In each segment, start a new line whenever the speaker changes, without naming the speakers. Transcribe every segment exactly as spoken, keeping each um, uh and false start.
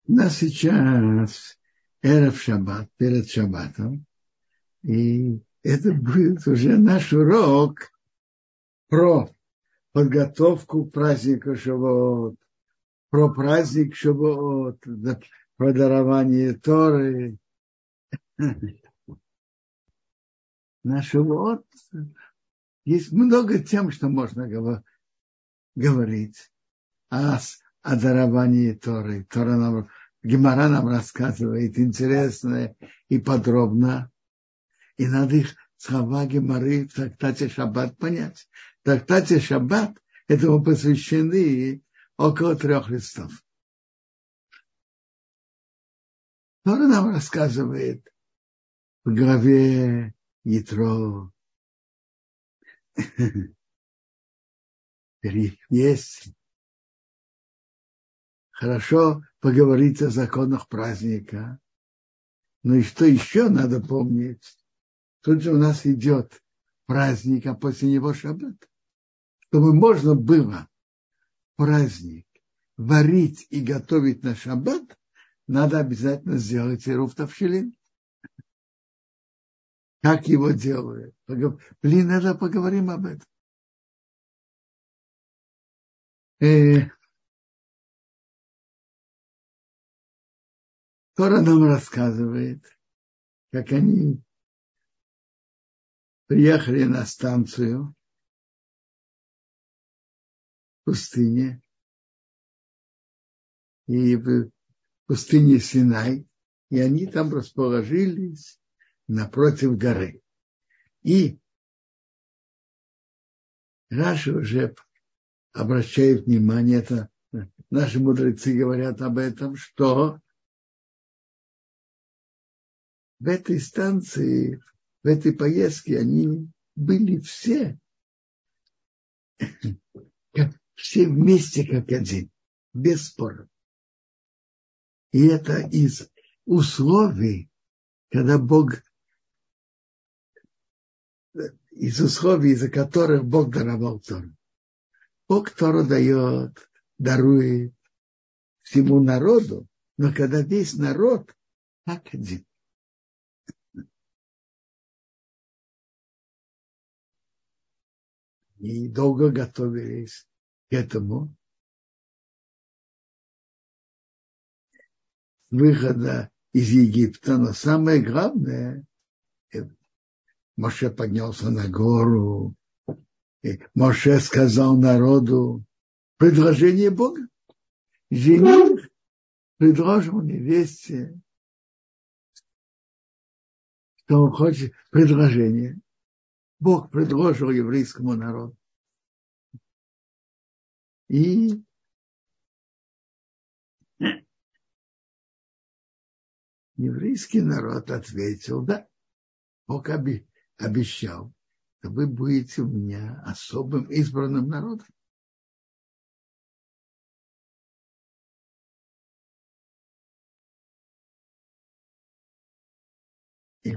У нас сейчас эрев шаббат, перед шаббатом, и это будет уже наш урок про подготовку к празднику Шавуот, про праздник Шавуот, про дарование Торы. На Шавуот есть много тем, что можно говорить о, о даровании Торы. Тора нам, Гемара нам рассказывает интересно и подробно. И надо их слова Гемары в трактате Шаббат понять. В трактате Шаббат этому посвящены около трех листов. Тора нам рассказывает в главе Ятро. Есть хорошо поговорить о законах праздника. Ну и что еще надо помнить? Тут же у нас идет праздник, а после него шаббат. Чтобы можно было праздник варить и готовить на шаббат, надо обязательно сделать ирув тавшилин. Как его делают? Блин, надо поговорим об этом. Э, Тора нам рассказывает, как они приехали на станцию в пустыне, и в пустыне Синай, и они там расположились напротив горы. И Раши уже обращает внимание, это наши мудрецы говорят об этом, что в этой станции, в этой поездке они были все, все вместе как один, без спора. И это из условий, когда Бог, из условий, из-за которых Бог даровал Тору. Бог Тору дает, дарует всему народу, но когда весь народ как один. И долго готовились к этому. Выхода из Египта, но самое главное, Моше поднялся на гору, и Моше сказал народу предложение Бога. Жених предложил невесте, что он хочет предложение. Бог предложил еврейскому народу. И еврейский народ ответил, да, Бог обещал, что вы будете у меня особым избранным народом. И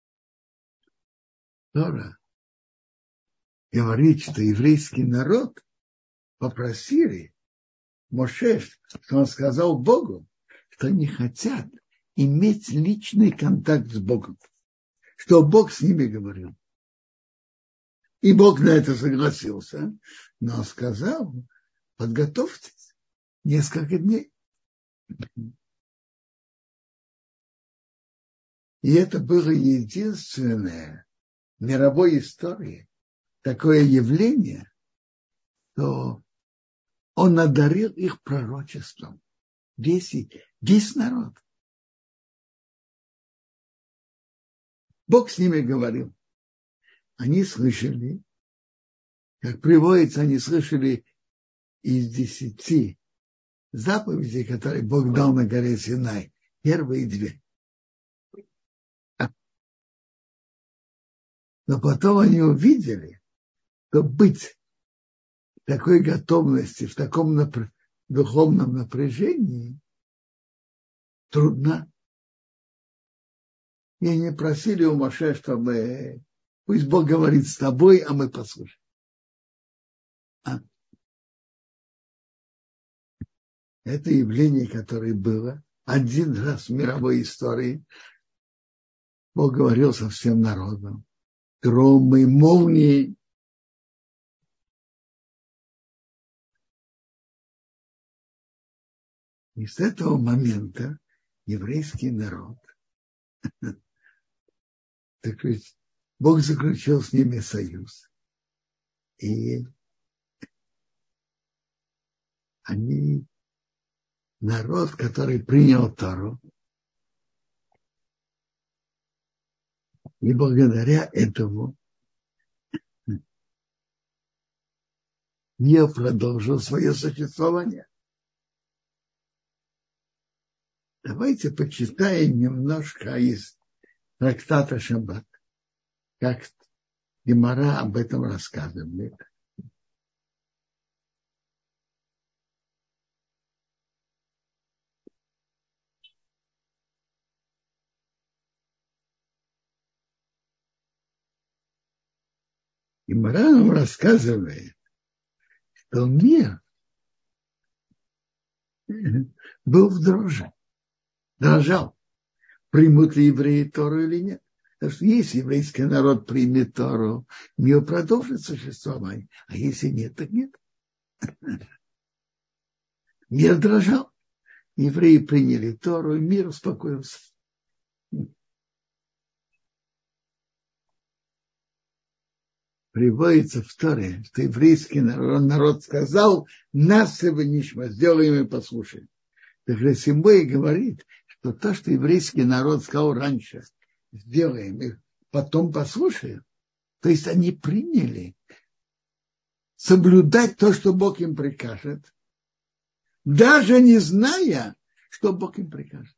Тора говорит, что еврейский народ попросили Моше, что он сказал Богу, что они хотят иметь личный контакт с Богом, что Бог с ними говорил. И Бог на это согласился, но сказал, подготовьтесь несколько дней. И это было единственное в мировой истории такое явление, что он одарил их пророчеством. Весь, весь народ. Бог с ними говорил. Они слышали, как приводится, они слышали из десяти заповедей, которые Бог дал на горе Синай. Первые две. Но потом они увидели, что быть в такой готовности, в таком напр- духовном напряжении трудно. И они просили у Моше, чтобы пусть Бог говорит с тобой, а мы послушаем. А? Это явление, которое было, один раз в мировой истории Бог говорил со всем народом. Громы, молнии. И с этого момента еврейский народ, так ведь Бог заключил с ними союз. И они народ, который принял Тору, и благодаря этому не продолжил свое существование. Давайте почитаем немножко из трактата Шаббат, как Гемара об этом рассказывает. Гемара нам рассказывает, что мир был в дрожи, дрожал, примут ли евреи Тору или нет. Потому что если еврейский народ примет Тору, мир продолжит существование, а если нет, так нет. Мир дрожал. Евреи приняли Тору, и мир успокоился. Приводится в Торе, что еврейский народ, народ сказал, нас Всевышнего сделаем и послушаем. Так же Симбой говорит, что то, что еврейский народ сказал раньше, сделаем и потом послушаем, то есть они приняли соблюдать то, что Бог им прикажет, даже не зная, что Бог им прикажет.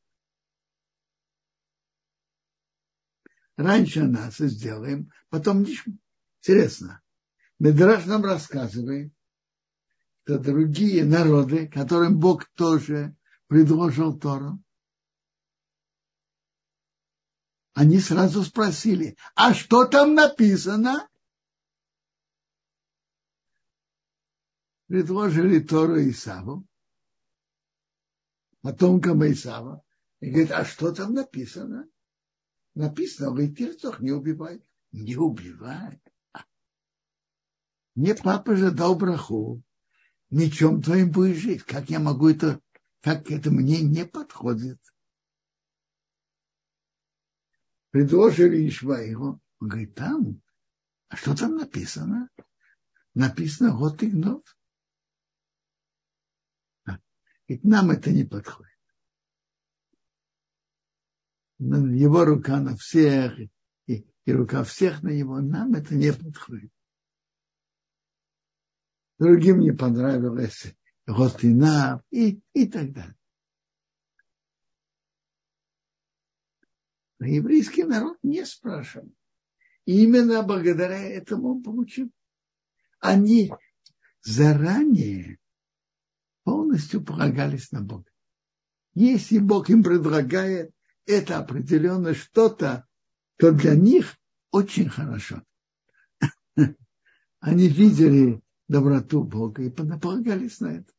Раньше нас и сделаем, потом ничего. Интересно. Мидраш нам рассказывает, что другие народы, которым Бог тоже предложил Тору, они сразу спросили, а что там написано? Предложили Тору Исаву, потомкам Исава, и говорит, а что там написано? Написано, в Итирцах не убивай. Не убивай. Мне папа же дал браху, ничем твоим будешь жить. Как я могу это, как это мне не подходит? Предложили Ишмаилу, он говорит, там, а что там написано? Написано, вот и гнов. Ведь нам это не подходит. Его рука на всех, и, и рука всех на него, нам это не подходит. Другим не понравилось Готина и, и так далее. Но еврейский народ не спрашивал. И именно благодаря этому он получил. Они заранее полностью полагались на Бога. Если Бог им предлагает это определенно что-то, то для них очень хорошо. Они видели доброту Бога и полагались на это.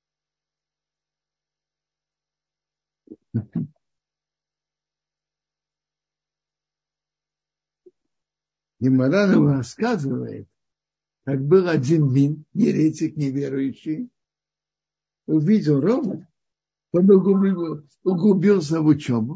Гемара нам рассказывает, как был один мин, еретик неверующий, увидел Рову, он углубился в учебу,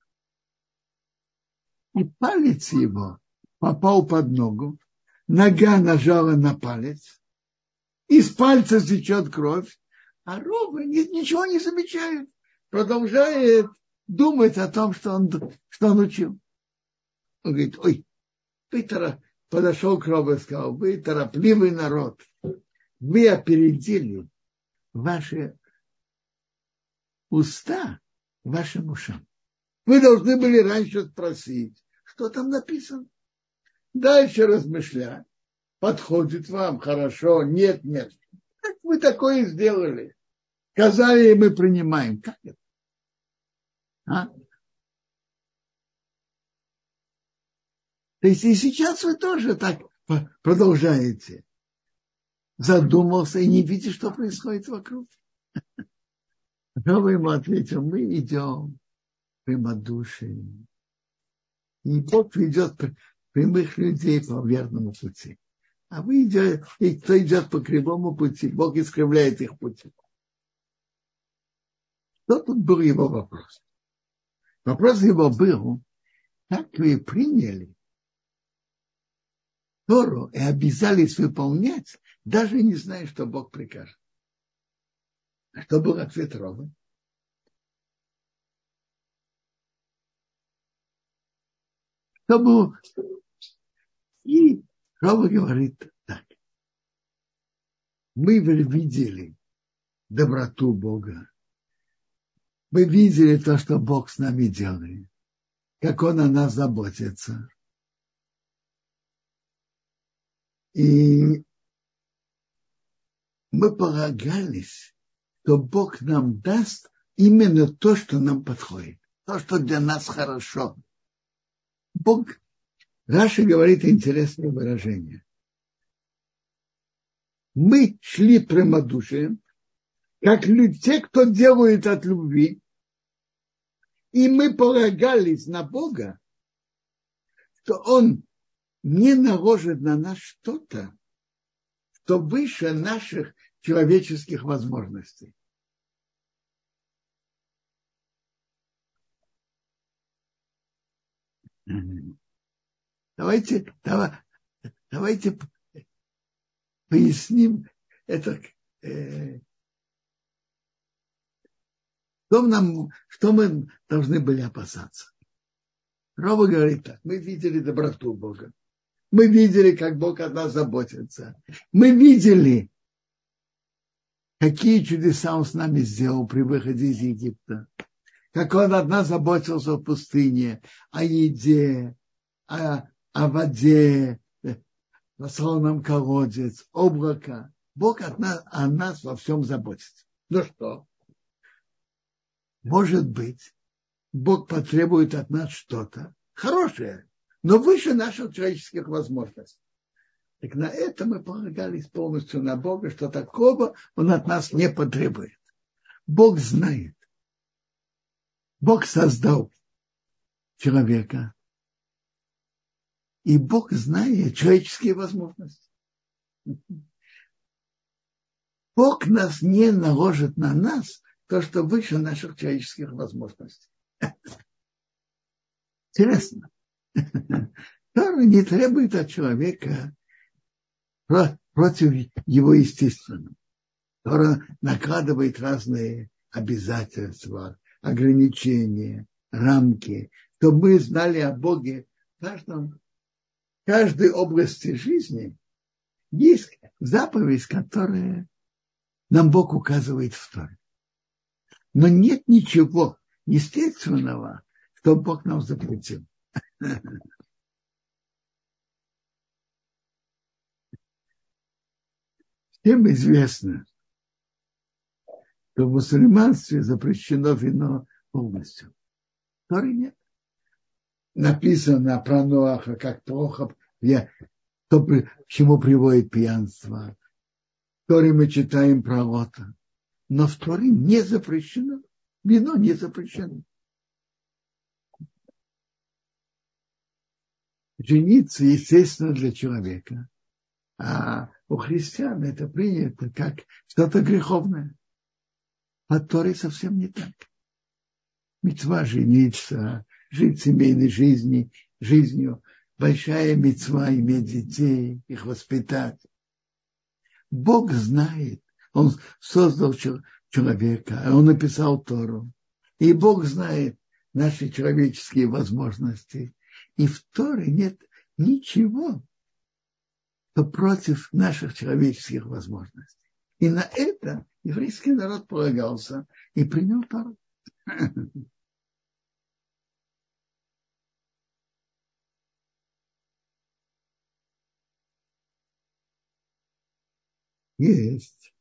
и палец его попал под ногу, нога нажала на палец, из пальца течет кровь, а Рова ничего не замечает, продолжает думать о том, что он, что он учил. Он говорит, ой, вы тороп... подошел к Рове и сказал, вы торопливый народ, вы опередили ваши уста вашим ушам. Вы должны были раньше спросить, что там написано. Дальше размышлять. Подходит вам, хорошо, нет, нет. Как вы такое сделали? Сказали, мы принимаем. Как это? А? То есть и сейчас вы тоже так продолжаете. Задумался и не видите, что происходит вокруг. Рава ему ответил: мы идем прямодушием. И Бог ведет прямых людей по верному пути. А вы идете, и кто идет по кривому пути, Бог искривляет их пути. Что тут был его вопрос? Вопрос его был: как вы приняли Тору и обязались выполнять, даже не зная, что Бог прикажет? А что был ответ Ровы? Что был? И Рова говорит так: мы видели доброту Бога, мы видели то, что Бог с нами делает, как Он о нас заботится. И мы полагались, что Бог нам даст именно то, что нам подходит, то, что для нас хорошо. Бог, Раши говорит интересное выражение. Мы шли прямодушием, как люди, те, кто делают от любви, и мы полагались на Бога, что Он не наложит на нас что-то, что выше наших человеческих возможностей. Давайте, давай, давайте поясним это. Э, что, нам, что мы должны были опасаться? Рова говорит так: мы видели доброту Бога. Мы видели, как Бог о нас заботится. Мы видели, какие чудеса Он с нами сделал при выходе из Египта. Как Он от нас заботился в пустыне, о еде, о, о воде, послал нам колодец, облако. Бог от нас, о нас во всем заботится. Ну что? Может быть, Бог потребует от нас что-то хорошее, но выше наших человеческих возможностей. Так на это мы полагались полностью на Бога, что такого Он от нас не потребует. Бог знает. Бог создал человека. И Бог знает человеческие возможности. Бог нас не наложит на нас то, что выше наших человеческих возможностей. Интересно. Тора не требует от человека против его естественного. Тора накладывает разные обязательства, ограничения, рамки, чтобы мы знали о Боге в каждом, в каждой области жизни. Есть заповедь, которая нам Бог указывает в Торе. Но нет ничего естественного, что Бог нам запретил. Всем известно, что в мусульманстве запрещено вино полностью. В Торе нет. Написано про Ноаха, как плохо, то, к чему приводит пьянство. В Торе мы читаем про Лота. Но в Торе не запрещено. Вино не запрещено. Жениться, естественно, для человека. А у христиан это принято как что-то греховное. А в Торе совсем не так. Мицва жениться, жить семейной жизнью, жизнью. Большая мицва иметь детей, их воспитать. Бог знает. Он создал человека, он написал Тору. И Бог знает наши человеческие возможности. И в Торе нет ничего, что против наших человеческих возможностей. И на это еврейский народ полагался и принял Тору. Есть.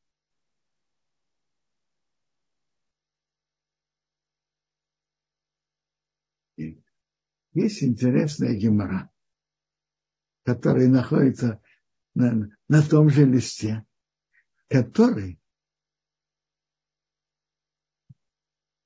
Есть интересная гемара, которая находится на, на том же листе, который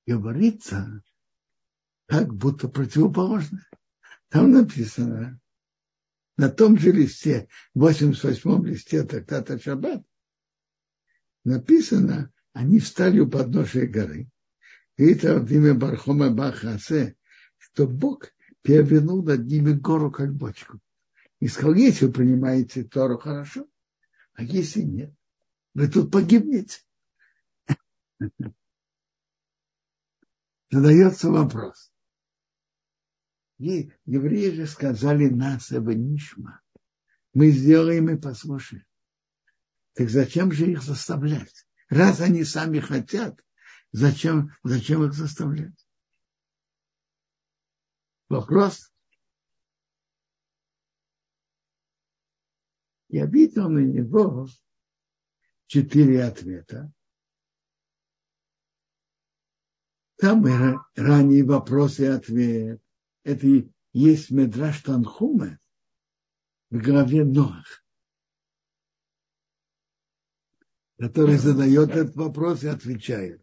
говорится как будто противоположное. Там написано, на том же листе, восемьдесят восьмом листе трактата Шаббат, написано, они встали у подножия горы. И это в имя Бархома Бахасе, что Бог перевернул над ними гору как бочку. И сказал, если вы принимаете Тору, хорошо, а если нет, вы тут погибнете. Задается вопрос. И евреи же сказали нас, Эванишма, мы сделаем и послушаем. Так зачем же их заставлять? Раз они сами хотят, зачем, зачем их заставлять? Вопрос. Я видел на него четыре ответа. Там ранние вопросы и ответ. Это и есть Медраш Танхуме в главе Ноах, который задает этот вопрос и отвечает.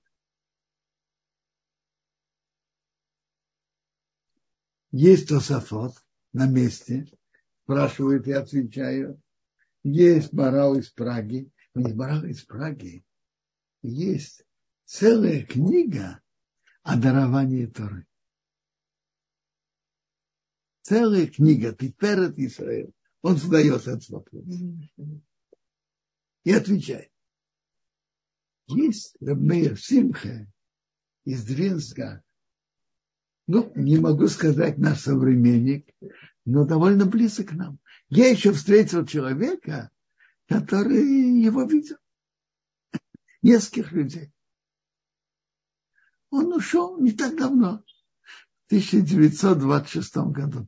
Есть Тосафот на месте, спрашивает и отвечает. Есть Марал из Праги. Не Марал из Праги. Есть целая книга о даровании Торы. Целая книга Тиферет Исраэль. Он задает этот вопрос. И отвечает. Есть Рав Меир Симха из Двинска. Ну, не могу сказать наш современник, но довольно близок к нам. Я еще встретил человека, который его видел. Нескольких людей. Он ушел не так давно, в тысяча девятьсот двадцать шестом году.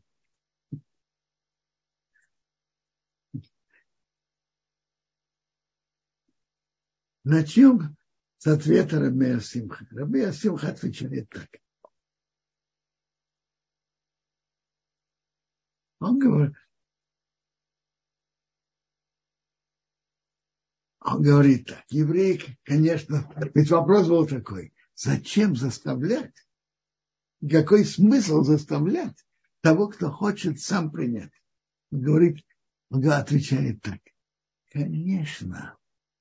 Начнем с ответа Рав Меир Симха. Рав Меир Симха отвечает так. Он говорит, он говорит так, евреи, конечно, ведь вопрос был такой, зачем заставлять, какой смысл заставлять того, кто хочет сам принять? Он говорит, он отвечает так, конечно,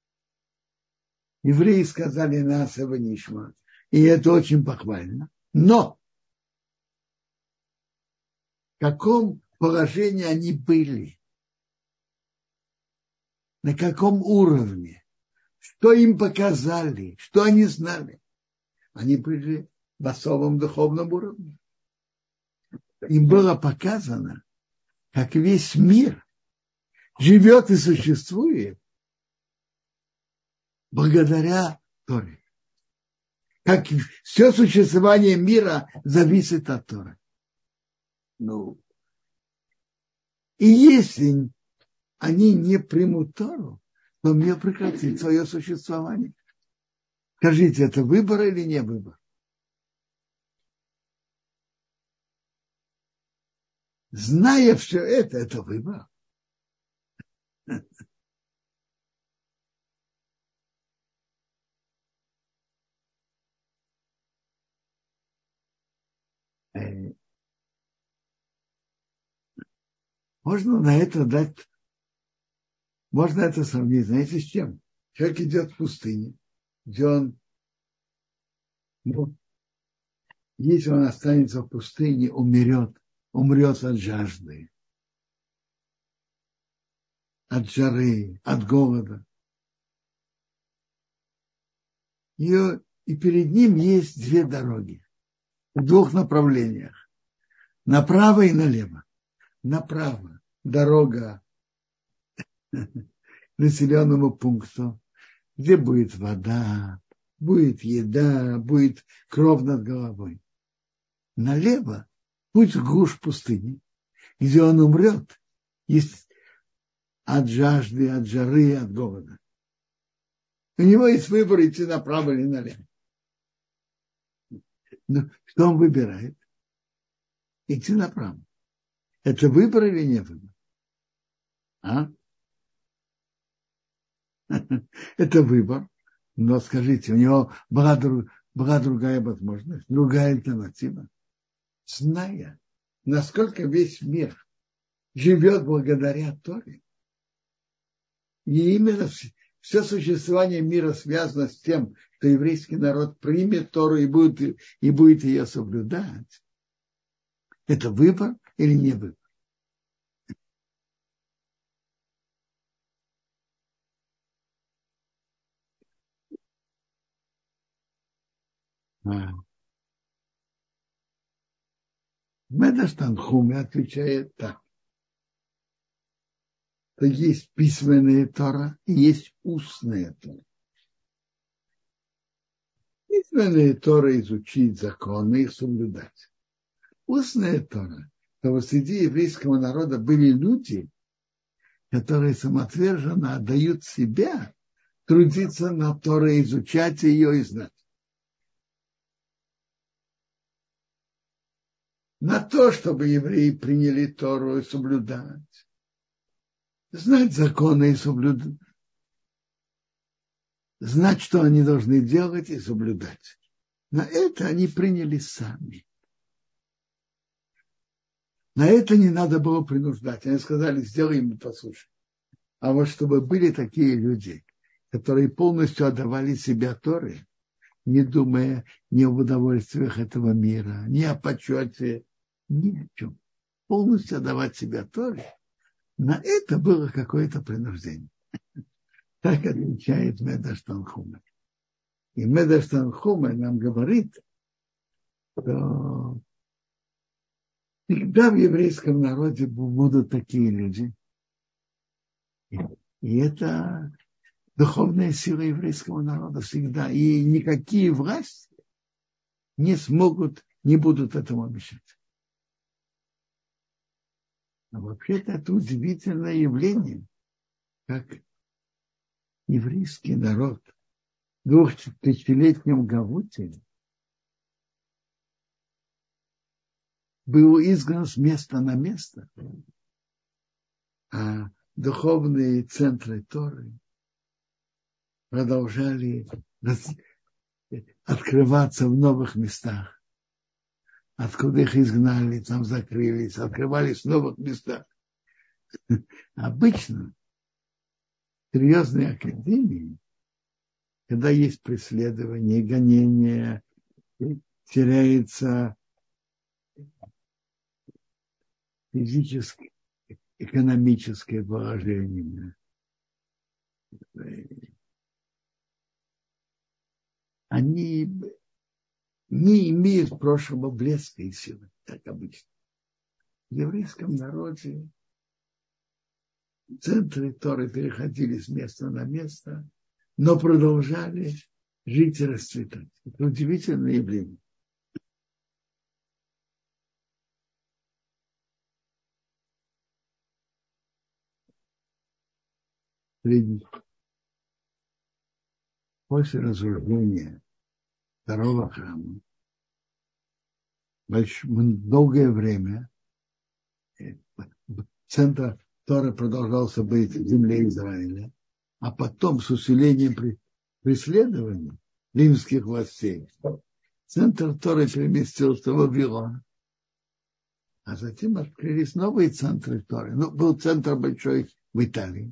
евреи сказали нас Эванишма, и это очень похвально, но в каком положении они были? На каком уровне? Что им показали? Что они знали? Они были в особом духовном уровне. Им было показано, как весь мир живет и существует благодаря Торе. Как все существование мира зависит от Торы. Ну, и если они не примут Тору, то мир прекратит свое существование. Скажите, это выбор или не выбор? Зная все это, это выбор. Можно на это дать, можно это сравнить, знаете, с чем? Человек идет в пустыне, где он, ну, если он останется в пустыне, умрет, умрет от жажды, от жары, от голода. И, и перед ним есть две дороги в двух направлениях, направо и налево. Направо дорога к населенному пункту, где будет вода, будет еда, будет кров над головой. Налево путь в глушь пустыни, где он умрет от жажды, от жары, от голода. У него есть выбор идти направо или налево. Но что он выбирает? Идти направо. Это выбор или не выбор? А? Это выбор. Но скажите, у него была была другая возможность, другая альтернатива, зная, насколько весь мир живет благодаря Торе. И именно все существование мира связано с тем, что еврейский народ примет Тору и будет, и будет ее соблюдать. Это выбор или не выбор? А. Медраш Танхуме отвечает так. То есть письменная Тора и есть устная Тора. Письменная Тора изучить законы и соблюдать. Устная Тора, что среди еврейского народа были люди, которые самоотверженно отдают себя трудиться на Торе, изучать ее и знать. На то, чтобы евреи приняли Тору и соблюдать. Знать законы и соблюдать. Знать, что они должны делать и соблюдать. На это они приняли сами. На это не надо было принуждать. Они сказали, сделаем и послушаем. А вот чтобы были такие люди, которые полностью отдавали себя Торе, не думая ни об удовольствиях этого мира, ни о почете, ни о чем. Полностью отдавать себя Торе, на это было какое-то принуждение. Так отвечает Медраш Танхуме. И Медраш Танхуме нам говорит, что всегда в еврейском народе будут такие люди. И это духовная сила еврейского народа всегда. И никакие власти не смогут, не будут этому мешать. А вообще-то это удивительное явление, как еврейский народ в двухтысячелетнем Галуте был изгнан с места на место, а духовные центры Торы продолжали открываться в новых местах, откуда их изгнали, там закрылись, открывались в новых местах. Обычно серьезные академии, когда есть преследование, гонение, теряется физическое, экономическое положение. Они не имеют прошлого блеска и силы, как обычно. В еврейском народе центры Торы переходили с места на место, но продолжали жить и расцветать. Это удивительное явление. После разрушения второго храма долгое время центр Торы продолжался быть в земле Израиля, а потом с усилением преследования римских властей центр Торы переместился в Вавилон, а затем открылись новые центры Торы. Ну, был центр большой в Италии,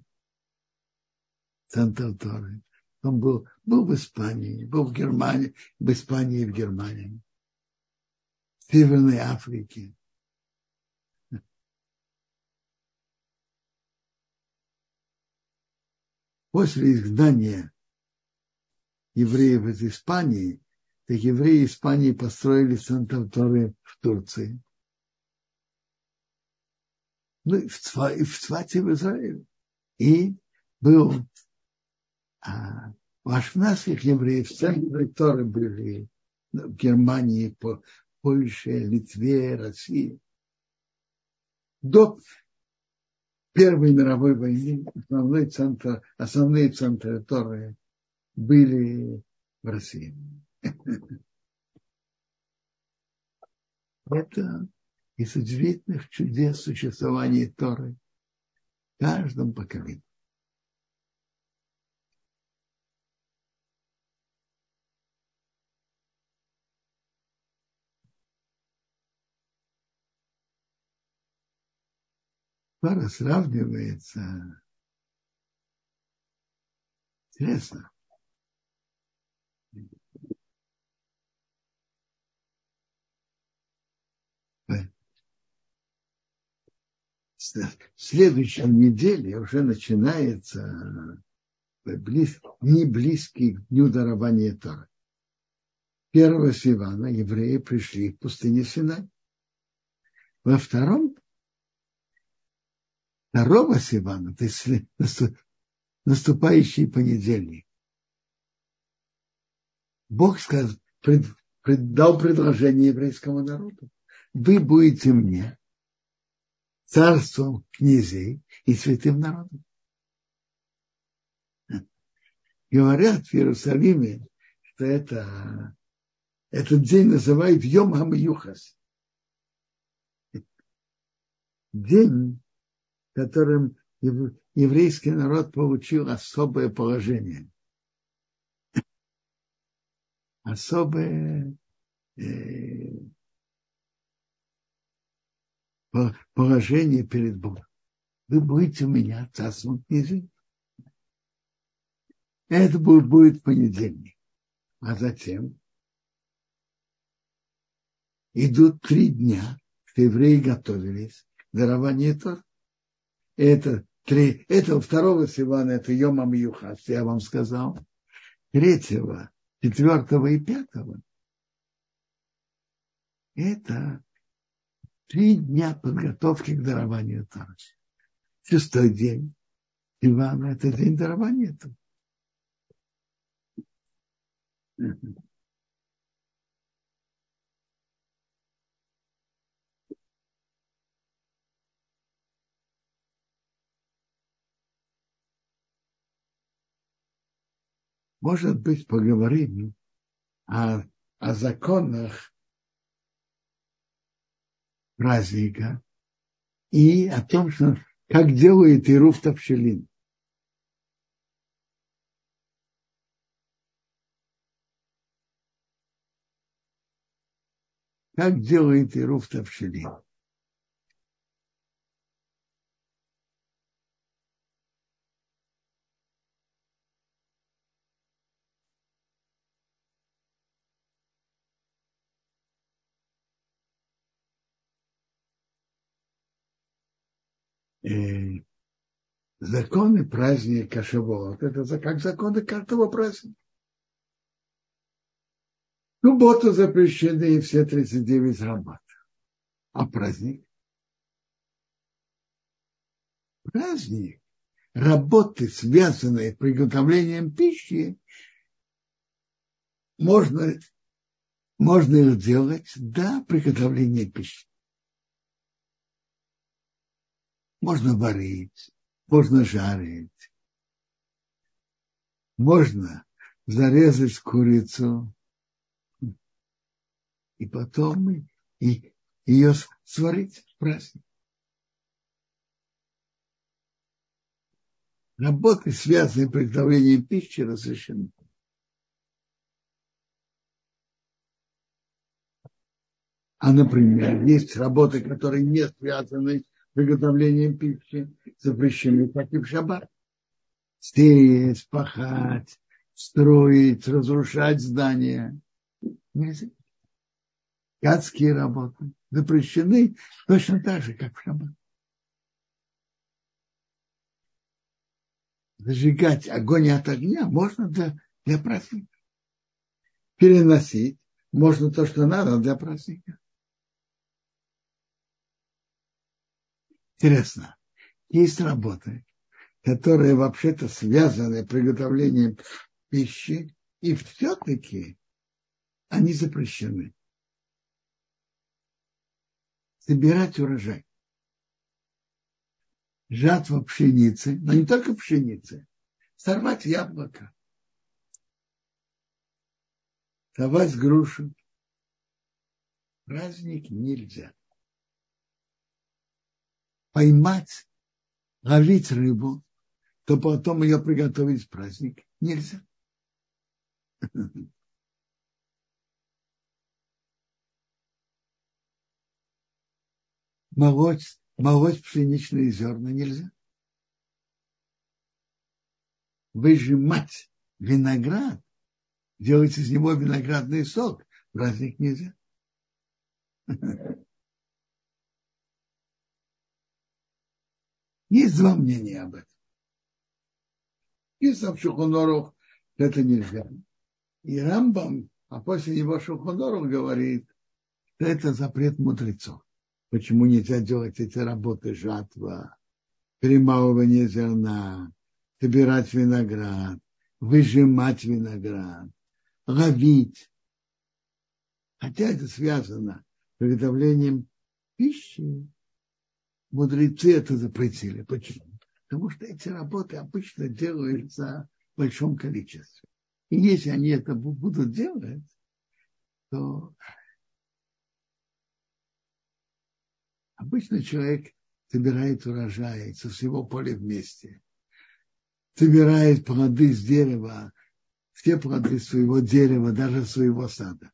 центр Торы. Он был, был в Испании, был в Германии, в Испании и в Германии, в Северной Африке. После изгнания евреев из Испании, так евреи Испании построили центр Торы в Турции. Ну и в, Цва, и в Цвате в Израиле. И был а, у ашкеназских евреев центры Торы были в Германии, по Польше, Литве, России. До Первой мировой войны основной центр, основные центры Торы были в России. Это из удивительных чудес существования Торы в каждом поколении. Пара сравнивается. Интересно. В следующей неделе уже начинается близ, не близкий к дню дарования Торы. Первого Сивана евреи пришли в пустыню Синай. Во втором, второго Сивана, то есть наступающий понедельник, Бог сказал, пред, пред, дал предложение еврейскому народу. Вы будете мне царством князей и святым народом. Говорят в Иерусалиме, что это, этот день называют Йом ха-Миюхас. День, в котором еврейский народ получил особое положение. Особое э, положение перед Богом. Вы будете у меня царством князей. Это будет, будет понедельник. А затем идут три дня, что евреи готовились к дарованию Торы. Это, три, это второго Сивана, это Йом ха-Миюхас, я вам сказал. Третьего, четвертого и пятого это три дня подготовки к дарованию Торы. Шестой день Сивана, это день дарования Торы. Может быть, поговорим о, о законах праздника и о том, что, как делает Ирув Тавшилин. Как делает Ирув Тавшилин. Э, законы праздника Шавуот, это как законы каждого праздника. В субботу запрещены все тридцать девять рабат. А праздник? Праздник. Работы, связанные с приготовлением пищи, можно, можно их делать до приготовления пищи. Можно варить, можно жарить, можно зарезать курицу и потом и, ее сварить в праздник. Работы, связанные с приготовлением пищи, разрешены. А, например, есть работы, которые не связаны с приготовлением пищи, запрещены, как и в шаббат. Сеять, пахать, строить, разрушать здания. Нельзя. Гадские работы запрещены точно так же, как в шаббат. Зажигать огонь от огня можно для, для праздника. Переносить можно то, что надо для праздника. Интересно. Есть работы, которые вообще-то связаны с приготовлением пищи, и все-таки они запрещены. Собирать урожай. Жатва пшеницы, но не только пшеницы, сорвать яблоко, сорвать грушу. Праздник нельзя. Поймать, ловить рыбу, то потом ее приготовить в праздник нельзя. Молоть молоть пшеничные зерна нельзя. Выжимать виноград, делать из него виноградный сок, праздник нельзя. Есть два мнения об этом. И сам Шулхан Арух это нельзя. И Рамбам, а после него Шулхан Арух говорит, что это запрет мудрецов. Почему нельзя делать эти работы: жатва, перемалывание зерна, собирать виноград, выжимать виноград, ловить. Хотя это связано с приготовлением пищи, мудрецы это запретили. Почему? Потому что эти работы обычно делаются в большом количестве. И если они это будут делать, то обычно человек собирает урожай со всего поля вместе, собирает плоды с дерева, все плоды своего дерева, даже своего сада.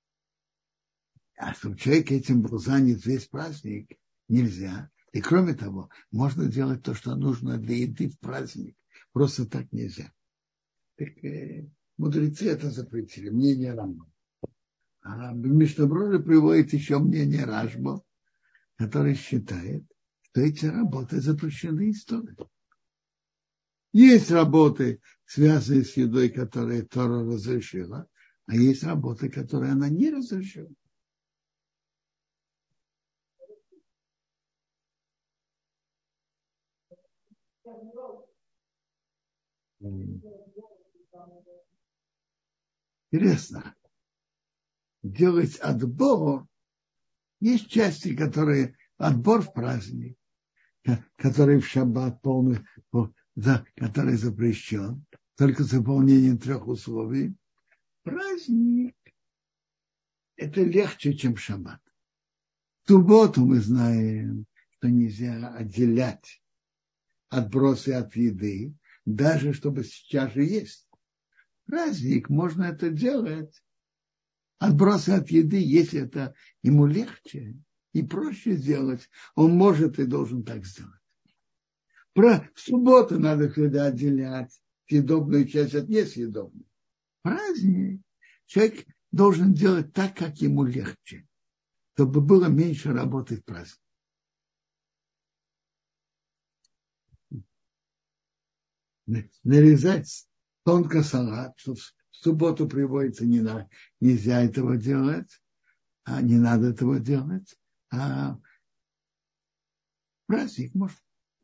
А чтобы человек этим был занят весь праздник, нельзя. И кроме того, можно делать то, что нужно для еды в праздник. Просто так нельзя. Так, э, мудрецы это запретили, мнение Рамбама. А Мишна-Брура приводит еще мнение Рашба, который считает, что эти работы запрещены историей. Есть работы, связанные с едой, которые Тора разрешила, а есть работы, которые она не разрешила. Интересно. Делать отбор. Есть части, которые отбор в праздник, который в шаббат полный, который запрещен, только с выполнением трех условий. Праздник это легче, чем шаббат. В субботу мы знаем, что нельзя отделять отбросы от еды, даже чтобы сейчас же есть. Праздник можно это делать, отбросы от еды, если это ему легче и проще сделать, он может и должен так сделать. Про в субботу надо всегда отделять съедобную часть от несъедобной. Праздник человек должен делать так, как ему легче, чтобы было меньше работы в праздник. Нарезать тонко салат, что в субботу приводится, не на, нельзя этого делать, а не надо этого делать, а праздник может.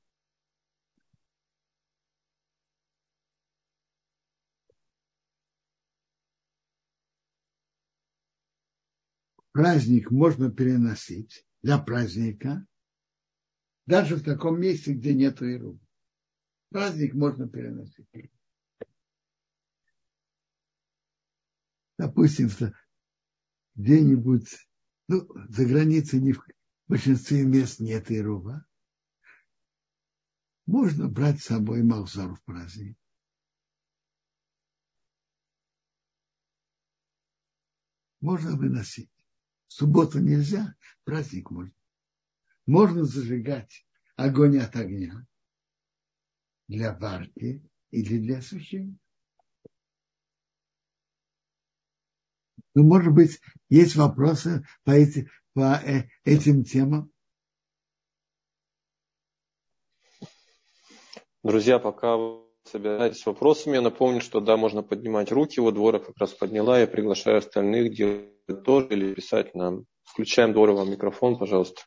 Праздник можно переносить для праздника, даже в таком месте, где нет иру. Праздник можно переносить. Допустим, где-нибудь, ну, за границей не в большинстве мест нет ирува. Можно брать с собой махзор в праздник. Можно выносить. В субботу нельзя, праздник можно. Можно зажигать огонь от огня для варки или для освещения. Ну, может быть, есть вопросы по, эти, по э, этим темам?
Друзья, пока вы собираетесь с вопросами, я напомню, что да, можно поднимать руки. Вот Двора как раз подняла. Я приглашаю остальных делать тоже или писать нам. Включаем, Двора, вам микрофон, пожалуйста.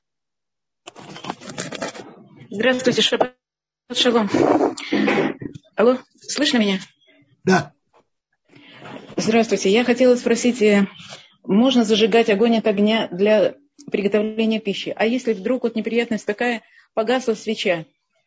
Здравствуйте, шаббат шалом. Алло, слышно меня?
Да.
Здравствуйте. Я хотела спросить, можно зажигать огонь от огня для приготовления пищи? А если вдруг вот неприятность такая, погасла свеча,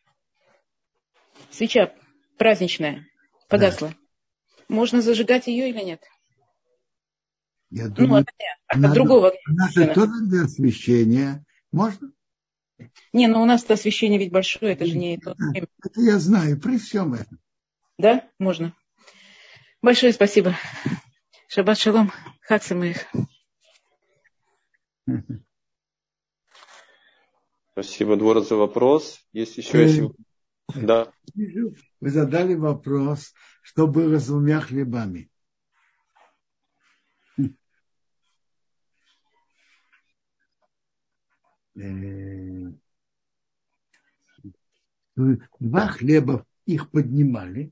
свеча праздничная, погасла, да. Можно зажигать ее или нет?
Я думаю, ну, от,
от, от другого огня.
Она же тоже для освещения. Можно?
Не, ну у нас-то освещение ведь большое, это же не то.
Это, это я знаю, при всем этом.
Да, можно. Большое спасибо. Шаббат шалом. Хаг самеах.
Спасибо, Двора, за вопрос. Есть еще, если... Да.
Вы задали вопрос, что было с двумя хлебами. Два хлеба их поднимали,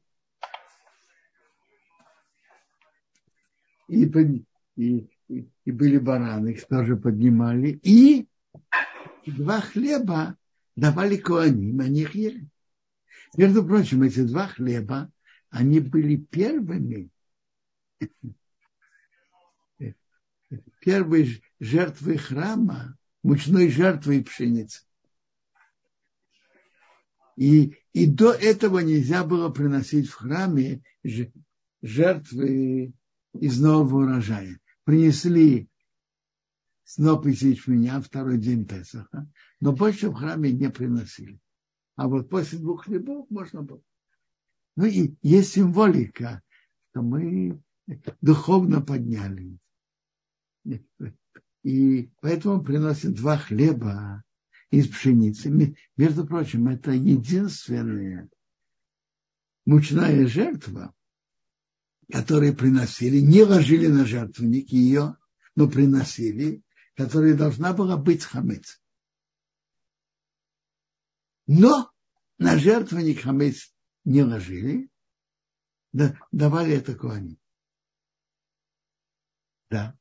и, и, и, и были бараны, их тоже поднимали, и два хлеба давали коаним, они их ели. Между прочим, эти два хлеба, они были первыми, первой жертвой храма, мучной жертвой пшеницы. И, и до этого нельзя было приносить в храме жертвы из нового урожая. Принесли сноп из ячменя, второй день Песаха, но больше в храме не приносили. А вот после двух хлебов можно было. Ну и есть символика, что мы духовно подняли. И поэтому приносят два хлеба из пшеницы. Между прочим, это единственная мучная жертва, которую приносили, не ложили на жертвенник ее, но приносили, которая должна была быть хамец. Но на жертвенник хамец не ложили, да, давали это коаним. Да.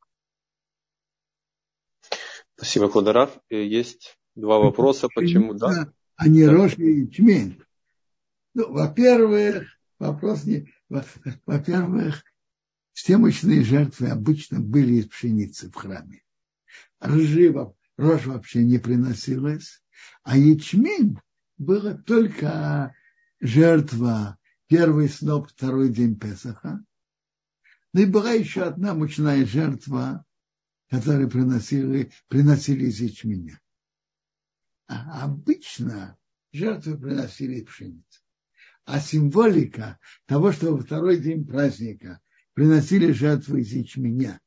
Спасибо, Квадарав. Есть два вопроса. Почему? Да?
А не
да.
рожь и ячмень. Ну, во-первых, вопрос не... Во-первых, все мучные жертвы обычно были из пшеницы в храме. Ржи, рожь вообще не приносилась, а ячмень была только жертва первый сноп, второй день Песаха. Ну и была еще одна мучная жертва, которую приносили, приносили из ячменя. А обычно жертвы приносили из пшеницы. А символика того, что во второй день праздника приносили жертвы из ячменя,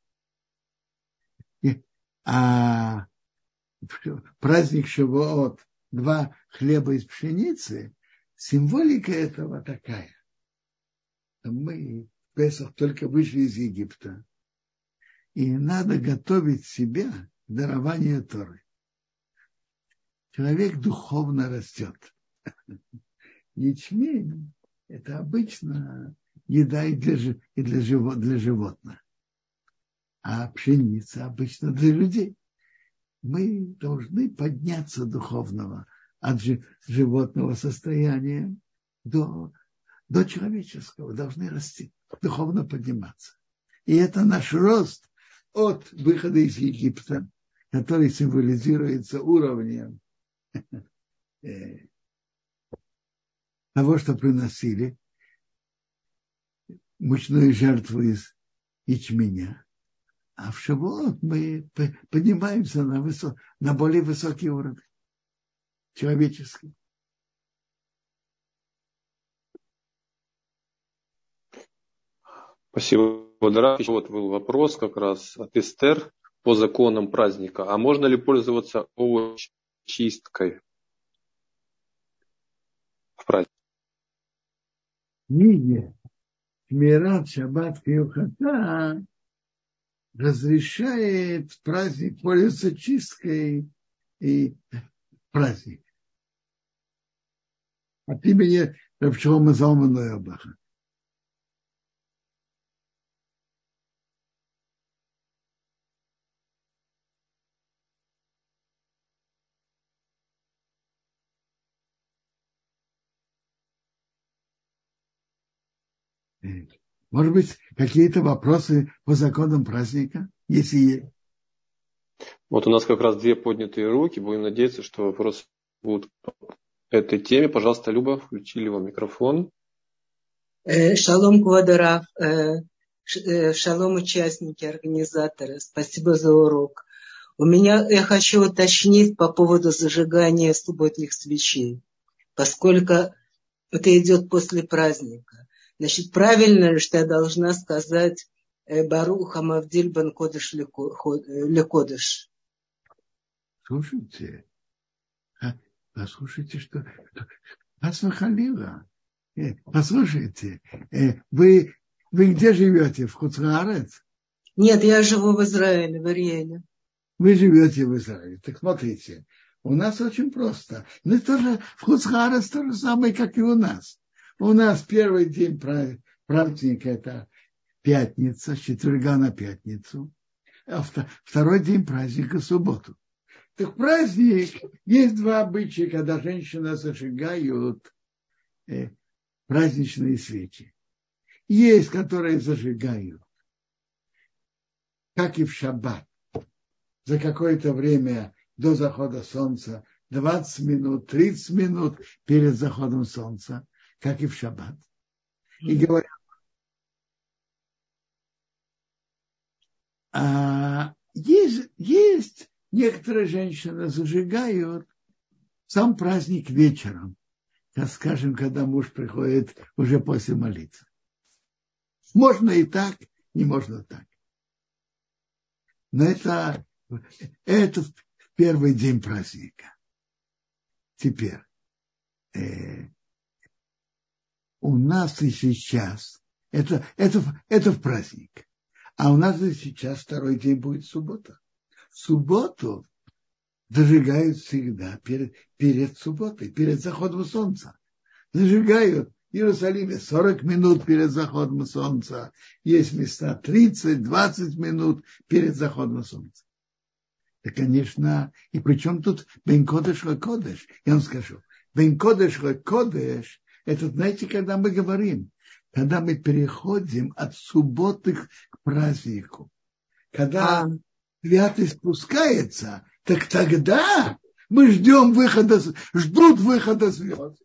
а праздник Шавуот два хлеба из пшеницы, символика этого такая. Мы в Песах только вышли из Египта, и надо готовить себя к дарованию Торы. Человек духовно растет. Ячмень – это обычно еда и для, и для, живот, для животных, а пшеница обычно для людей. Мы должны подняться духовного от животного состояния до, до человеческого, должны расти, духовно подниматься. И это наш рост от выхода из Египта, который символизируется уровнем того, что приносили мучную жертву из ячменя. А в Шавуот мы поднимаемся на, высок, на более высокий уровень, человеческий.
Спасибо, Квадарав. Еще вот был вопрос как раз от Эстер по законам праздника. А можно ли пользоваться овощечисткой в праздник?
Книги Шмират Шаббат Киухата разрешает в праздник пользоваться чисткой и праздник. От имени Рав Шломо Залмана Ауэрбаха. Может быть, какие-то вопросы по законам праздника, если есть?
Вот у нас как раз две поднятые руки. Будем надеяться, что вопросы будут по этой теме. Пожалуйста, Люба, включили вам микрофон.
Шалом, Квадарав. Шалом, участники, организаторы. Спасибо за урок. У меня, я хочу уточнить по поводу зажигания субботних свечей, поскольку это идет после праздника. Значит, правильно ли, что я должна сказать Барух Хамавдиль бен Кодеш ле Кодеш?
Слушайте, Послушайте, что... Асмахалила. Послушайте, вы, вы где живете? В Хуцраарец?
Нет, я живу в Израиле, в Ариэле.
Вы живете в Израиле. Так смотрите, у нас очень просто. Мы тоже в Хуцраарец то же самое, как и у нас. У нас первый день праздника – это пятница, с четверга на пятницу. А второй день праздника – субботу. Так праздник, есть два обычая, когда женщины зажигают э, праздничные свечи. Есть, которые зажигают, как и в шаббат, за какое-то время до захода солнца, двадцать минут, тридцать минут перед заходом солнца, как и в шаббат. И говорят, а есть, есть некоторые женщины зажигают сам праздник вечером, как скажем, когда муж приходит уже после молитвы. Можно и так, не можно так. Но это, это первый день праздника. Теперь, э, у нас и сейчас, это, это, это в праздник, а у нас и сейчас второй день будет суббота. В субботу зажигают всегда перед, перед субботой, перед заходом солнца. Зажигают в Иерусалиме сорок минут перед заходом солнца. Есть места тридцать-двадцать минут перед заходом солнца. Да, конечно, и причем тут бен кодеш ла кодеш. Я вам скажу, бен кодеш ла кодеш, это, знаете, когда мы говорим, когда мы переходим от субботы к празднику, когда а. святость спускается, так тогда мы ждем выхода, ждут выхода звезд.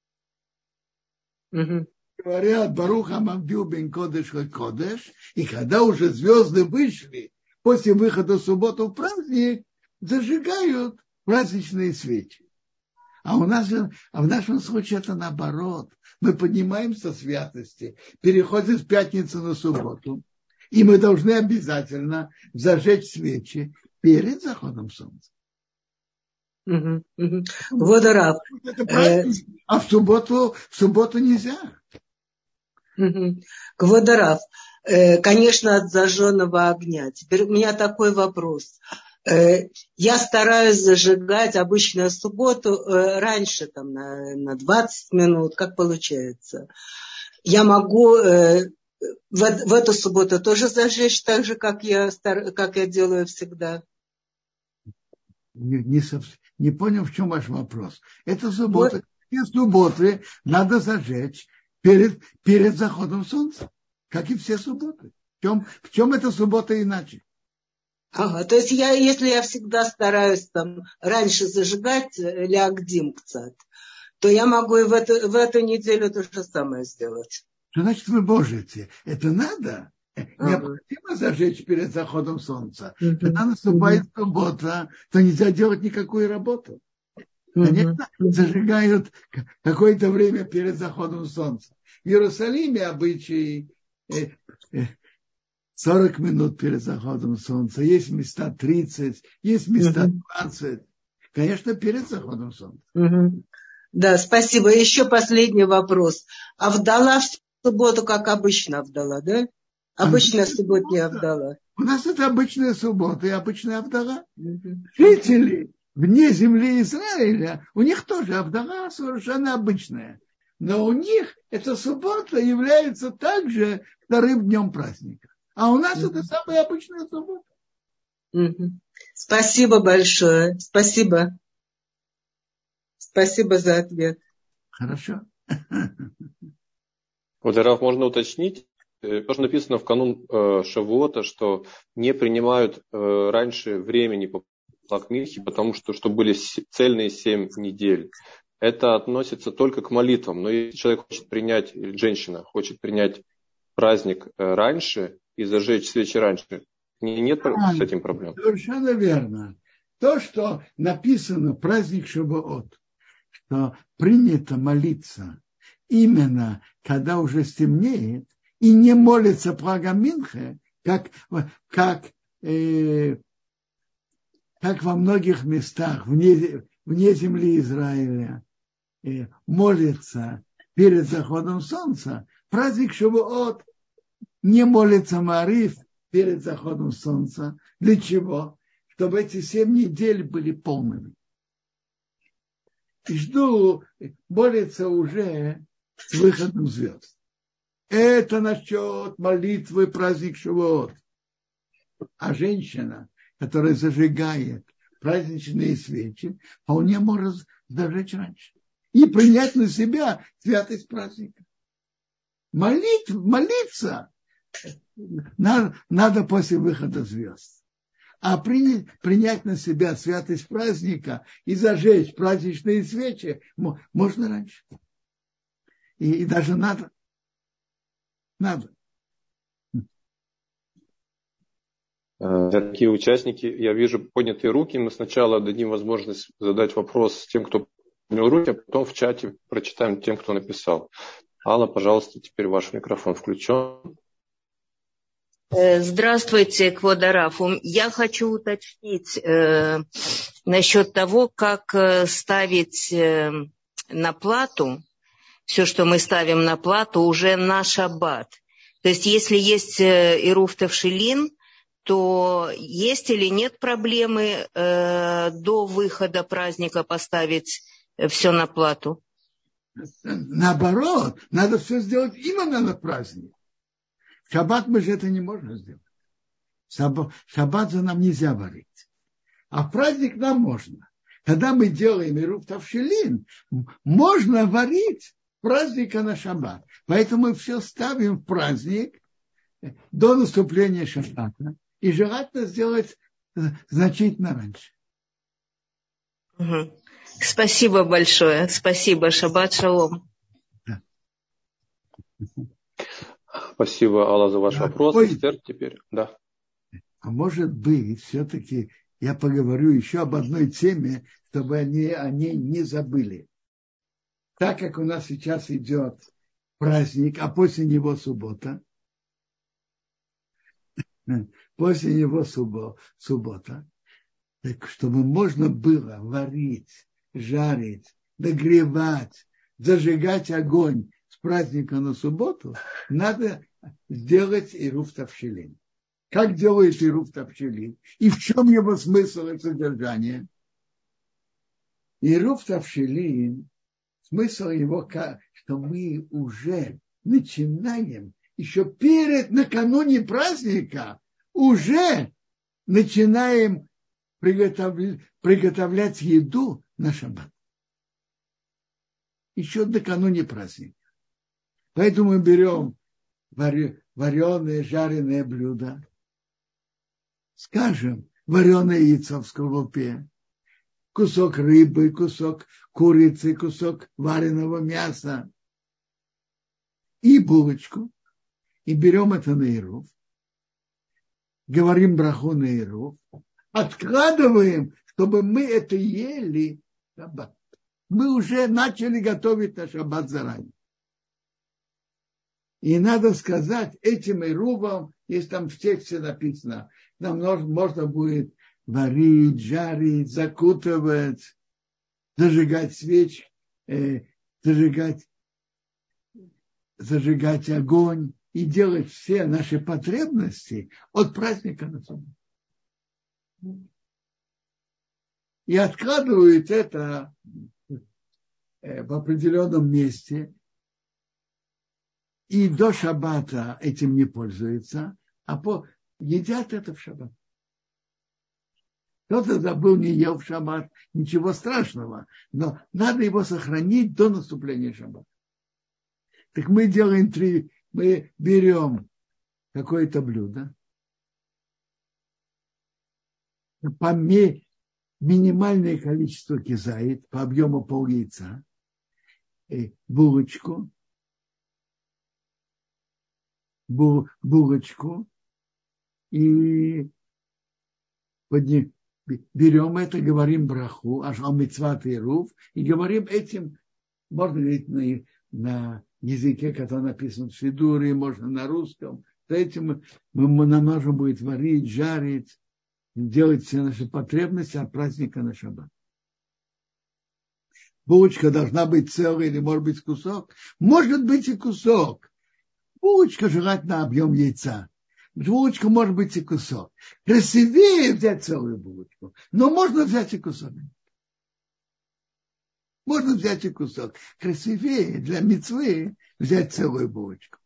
Угу. Говорят, Барух Амавдил бен Кодеш ла Кодеш, и когда уже звезды вышли, после выхода в субботу в праздник, зажигают праздничные свечи. А, у нас, а в нашем случае это наоборот. Мы поднимаемся со святости, переходим с пятницы на субботу, и мы должны обязательно зажечь свечи перед заходом солнца.
Угу, угу. Водорав.
А в субботу, в субботу нельзя.
Угу. Водорав. Конечно, от зажженного огня. Теперь у меня такой вопрос. Я стараюсь зажигать обычно субботу раньше, там, на, на двадцать минут, как получается. Я могу в, в эту субботу тоже зажечь так же, как я, как я делаю всегда.
Не, не, не понял, в чем ваш вопрос. Это суббота. И субботы надо зажечь перед, перед заходом солнца, как и все субботы. В чем, в чем эта суббота иначе?
Ага, то есть я, если я всегда стараюсь там раньше зажигать лягдим кцат, то я могу и в эту, в эту неделю то же самое сделать.
Что значит вы можете? Это надо. Ага. Необходимо зажечь перед заходом солнца. Угу. Когда наступает угу. суббота, то нельзя делать никакую работу. Угу. Конечно, зажигают какое-то время перед заходом солнца. В Иерусалиме обычаи сорок минут перед заходом солнца, есть места тридцать, есть места двадцать. Конечно, перед заходом солнца.
Угу. Да, спасибо. Еще последний вопрос. Авдала в субботу, как обычно Авдала, да? Обычная а субботняя Авдала.
У нас это обычная суббота и обычная Авдала. Угу. Жители вне земли Израиля, у них тоже Авдала совершенно обычная. Но у них эта суббота является также вторым днем праздника. А у нас mm-hmm. это самая обычная суббота.
Mm-hmm. Спасибо большое. Спасибо. Спасибо за ответ.
Хорошо.
Вот, Раф, можно уточнить? Тоже написано в канун э, Шавуота, что не принимают э, раньше времени по Лакмихе, потому что, что были цельные семь недель. Это относится только к молитвам. Но если человек хочет принять, или женщина хочет принять праздник э, раньше, и зажечь свечи раньше. Нет а, с этим проблем.
Совершенно верно. То, что написано в праздник Шавуот, что принято молиться именно когда уже стемнеет, и не молится по Агаминхе, как, как, э, как во многих местах, вне, вне земли Израиля молится перед заходом солнца, праздник Шавуот не молится Маариф перед заходом солнца. Для чего? Чтобы эти семь недель были полными. И жду, молится уже с выходом звезд. Это насчет молитвы праздник Шавуот. А женщина, которая зажигает праздничные свечи, вполне может зажечь раньше. И принять на себя святость праздника. Молить, молиться надо, надо после выхода звезд. А принять, принять на себя святость праздника и зажечь праздничные свечи можно раньше. И, и даже надо. Надо.
Дорогие участники, я вижу поднятые руки. Мы сначала дадим возможность задать вопрос тем, кто поднял руки, а потом в чате прочитаем тем, кто написал. Алла, пожалуйста, теперь ваш микрофон включен.
Здравствуйте, Кводараф. Я хочу уточнить э, насчет того, как ставить э, на плату, все, что мы ставим на плату, уже на шаббат. То есть, если есть э, Ирув Тавшилин, то есть или нет проблемы э, до выхода праздника поставить все на плату?
Наоборот, надо все сделать именно на праздник. В шаббат мы же это не можем сделать. В шаббат за нам нельзя варить. А в праздник нам можно. Когда мы делаем Ирув Тавшилин, можно варить праздника на шаббат. Поэтому мы все ставим в праздник до наступления шаббата. И желательно сделать значительно раньше.
Угу. Спасибо большое. Спасибо. Шаббат шалом.
Да.
Спасибо, Алла, за ваш да. вопрос. Ой. Эстер теперь. Да.
А может быть, все-таки я поговорю еще об одной теме, чтобы они о ней не забыли. Так как у нас сейчас идет праздник, а после него суббота, после него суббота, так чтобы можно было варить, жарить, нагревать, зажигать огонь с праздника на субботу, надо сделать Ирув Тавшилин. Как делает Ирув Тавшилин? И в чем его смысл и содержание? Ирув Тавшилин, смысл его, что мы уже начинаем, еще перед, накануне праздника, уже начинаем приготовлять, приготовлять еду на шаббат. Еще накануне праздника. Поэтому мы берем вареные, жареные блюда. Скажем, вареное яйцо в скорлупе, кусок рыбы, кусок курицы, кусок вареного мяса и булочку. И берем это на Ирув, говорим браху на Ирув, откладываем, чтобы мы это ели в шаббат. Мы уже начали готовить на шаббат заранее. И надо сказать, этим Ирувом, если там в тексте написано, нам можно будет варить, жарить, закутывать, зажигать свечи, э, зажигать, зажигать огонь и делать все наши потребности от праздника на субботу. И откладывают это в определенном месте, и до шаббата этим не пользуются, а по, едят это в шаббат. Кто-то забыл, не ел в шаббат, ничего страшного, но надо его сохранить до наступления шаббата. Так мы делаем три, мы берем какое-то блюдо, по минимальное количество кизаит, по объему пол яйца, булочку, булочку, и подним, берем это, говорим браху, аж ал-мицват Ирув, и говорим этим, можно говорить на, на языке, который написан в Сидуре, можно на русском, этим мы, мы, нам нужно будет варить, жарить, делать все наши потребности от праздника на шаббат. булочка должна быть целая или может быть кусок? Может быть и кусок. Булочка желательно объем яйца. Булочка может быть и кусок. Красивее взять целую булочку, но можно взять и кусок. Можно взять и кусок. Красивее для мицвы взять целую булочку.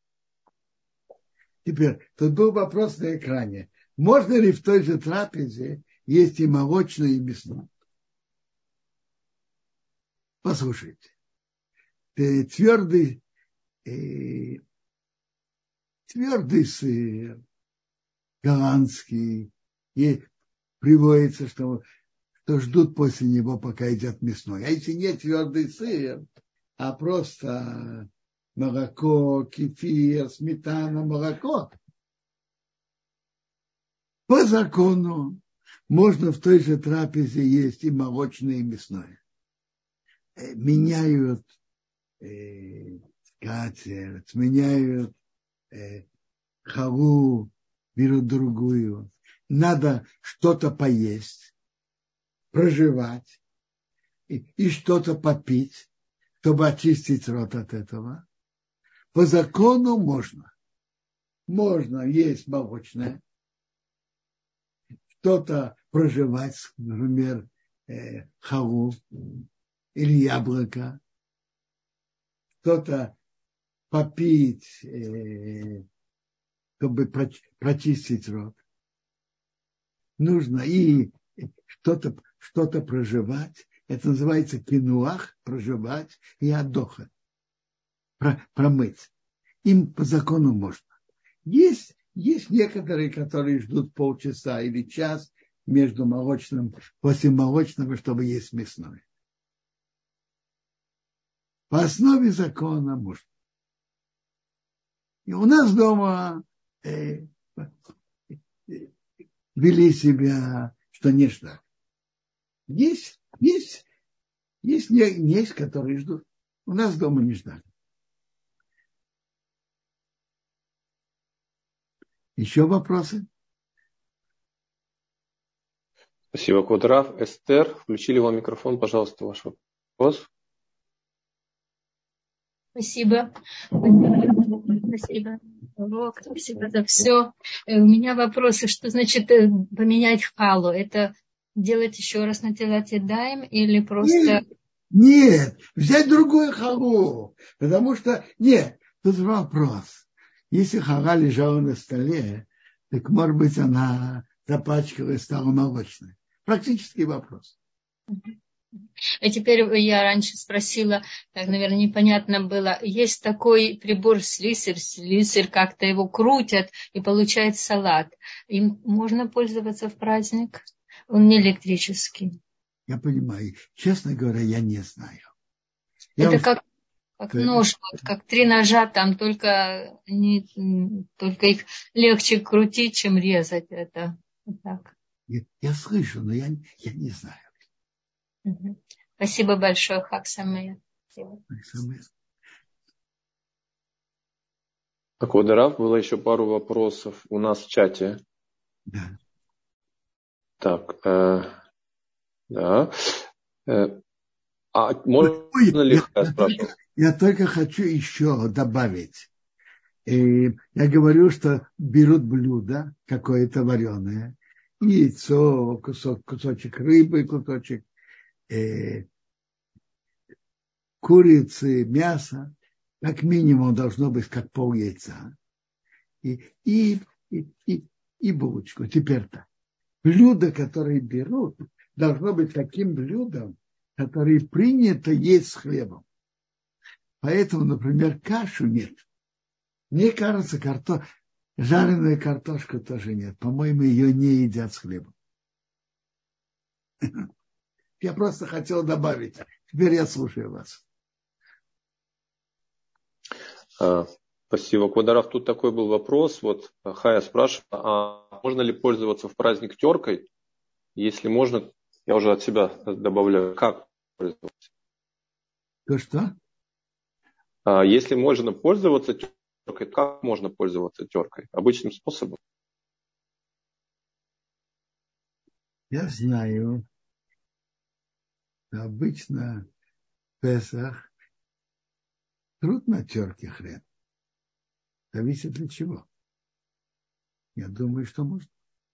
Теперь, тут был вопрос на экране. Можно ли в той же трапезе есть и молочное, и мясное? Послушайте. Твердый, э, твердый сыр, голландский, и приводится, что, что ждут после него, пока едят мясной. А если не твердый сыр, а просто молоко, кефир, сметана, молоко, по закону можно в той же трапезе есть и молочное, и мясное. Меняют э, скатерть, меняют э, халу, берут другую. Надо что-то поесть, проживать и, и что-то попить, чтобы очистить рот от этого. По закону можно. Можно есть молочное, что-то проживать, например, э, халу или яблоко, что-то попить, э, чтобы прочистить рот. Нужно и что-то, что-то проживать. Это называется кинуах, проживать, и адоха, промыть. Им по закону можно. Есть, есть некоторые, которые ждут полчаса или час между молочным, после молочного, чтобы есть мясное. По основе закона можно. И у нас дома э, вели себя, что не ждали. Есть, есть, есть, не, есть, которые ждут. У нас дома не ждали. Еще вопросы?
Спасибо, Квадрав. Эстер, включили вам микрофон, пожалуйста, ваш вопрос.
Спасибо. Спасибо. Урок, спасибо за все. У меня вопросы, что значит поменять халу? Это делать еще раз на телат ядаем или просто...
Нет, нет, взять другую халу. Потому что, нет, тут вопрос. Если хала лежала на столе, так, может быть, она запачкалась, стала молочной. Практический вопрос.
И теперь я раньше спросила, так, наверное, непонятно было. Есть такой прибор слисер, слисер, как-то его крутят, и получается салат. Им можно пользоваться в праздник? Он не электрический.
Я понимаю. Честно говоря, я не знаю. Я
Это
уж...
как, как нож, вот, как три ножа, там только, не, только их легче крутить, чем резать это. Вот так.
Я, я слышу, но я, я не знаю.
Спасибо большое, Хаксамея.
Так вот, Раф, было еще пару вопросов у нас в чате.
Да.
Так, э, да. Э, а можно
Ой,
ли,
я,
я
я, только, я только хочу еще добавить. И я говорю, что берут блюдо какое-то вареное, яйцо, кусок, кусочек рыбы, кусочек э, курицы, мяса, как минимум должно быть как пол яйца. И, и, и, и, и булочку. Теперь так. Блюдо, которое берут, должно быть таким блюдом, которое принято есть с хлебом. Поэтому, например, кашу нет. Мне кажется, карто... жареную картошку тоже нет. По-моему, ее не едят с хлебом. Я просто хотел добавить. Теперь я слушаю вас.
Спасибо, Квадрав. Тут такой был вопрос. Вот Хая спрашивает, а можно ли пользоваться в праздник теркой? Если можно, я уже от себя добавляю, как пользоваться?
То что?
Если можно пользоваться теркой, как можно пользоваться теркой? Обычным способом?
Я знаю. Обычно Песах труд на терке хрен. Зависит от чего. Я думаю, что можно.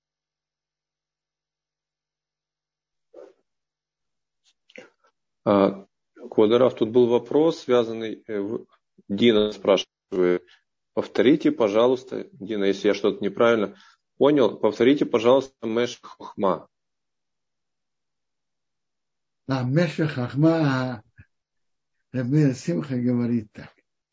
А, Квадарав, тут был вопрос, связанный, Дина спрашивает, повторите, пожалуйста, Дина, если я что-то неправильно понял, повторите, пожалуйста, Мешех Хохма.
А Мешех Хохма, Рабби Симха говорит так.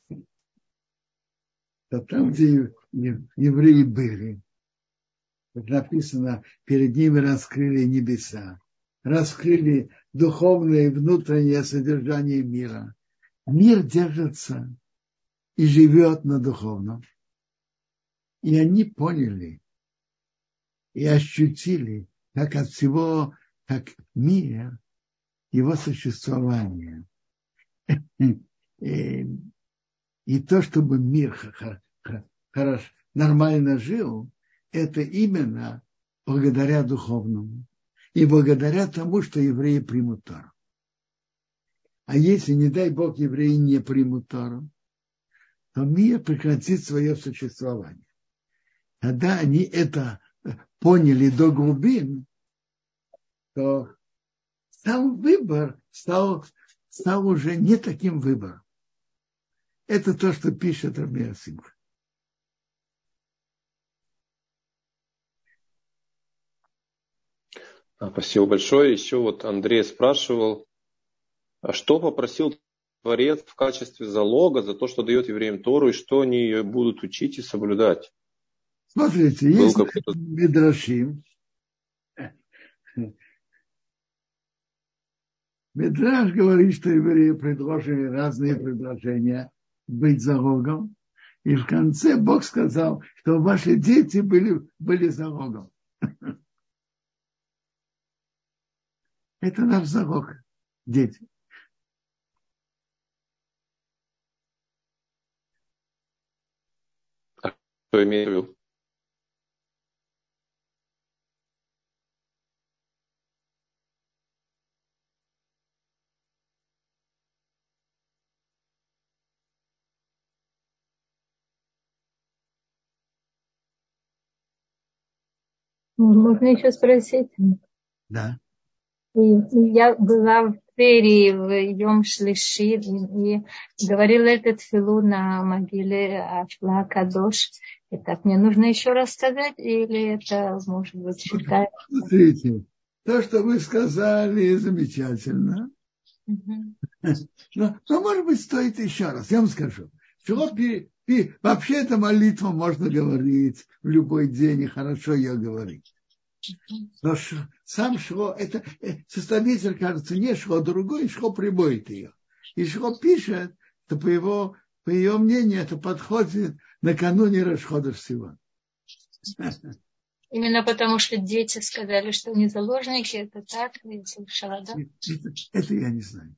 То там, где евреи были, как написано, перед ними раскрыли небеса, раскрыли духовное и внутреннее содержание мира. Мир держится и живет на духовном. И они поняли и ощутили, как от всего, как мир, его существование. И, и то, чтобы мир хорошо, нормально жил, это именно благодаря духовному. И благодаря тому, что евреи примут Тору. А если, не дай Бог, евреи не примут Тору, то мир прекратит свое существование. Когда они это поняли до глубин, то сам выбор стал, стал уже не таким выбором. Это то, что пишет Рабби Симха.
Спасибо большое. Еще вот Андрей спрашивал, что попросил Творец в качестве залога за то, что дает евреям Тору, и что они ее будут учить и соблюдать?
Смотрите,
Был
есть
какой-то...
Мидрашим. Мидраш говорит, что евреи предложили разные предложения быть залогом. И в конце Бог сказал, что ваши дети были, были залогом. Это наш залог, дети.
А что имею в виду?
Можно еще спросить?
Да.
И я была в Твери в Йом Шлиши и говорила этот филу на могиле Ашла Кадош. И так мне нужно еще раз сказать, или это, может быть, считается?
Смотрите, то, что вы сказали, замечательно.
Угу.
Но, но, может быть, стоит еще раз. Я вам скажу. Чего пи, пи, вообще эту молитву можно говорить в любой день, и хорошо ее говорить. Но ш, сам Шро, это составитель, кажется, не Шро, другой, Шро приводит ее. И Шро пишет, то по его, по ее мнению, это подходит накануне Рош ходеш Сиван.
Именно потому, что дети сказали, что они заложники, это так, я слышала, да?
Это, это я не знаю.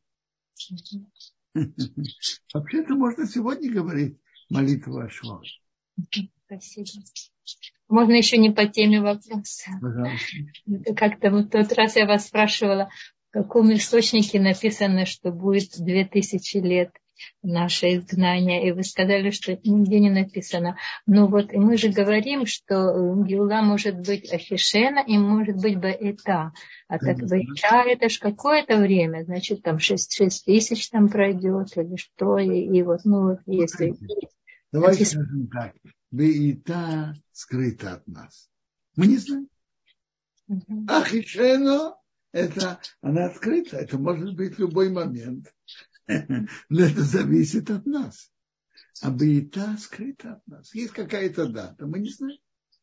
Вообще-то можно сегодня говорить молитву о Шро.
Спасибо. Можно еще не по теме вопроса.
Пожалуйста.
Как-то в тот раз я вас спрашивала, в каком источнике написано, что будет две тысячи лет наше изгнание, и вы сказали, что нигде не написано. Ну вот, и мы же говорим, что Геула может быть Ахишена и может быть Баэта. А так Баэта это ж какое-то время, значит, там шесть тысяч там пройдет или что, и, и вот, ну, если...
Давайте скажем так. Баэта скрыта от нас. Мы не знаем. Uh-huh. Ахишена это она открыта, это может быть в любой момент. Но это зависит от нас. А баэта скрыта от нас. Есть какая-то дата, мы не знаем.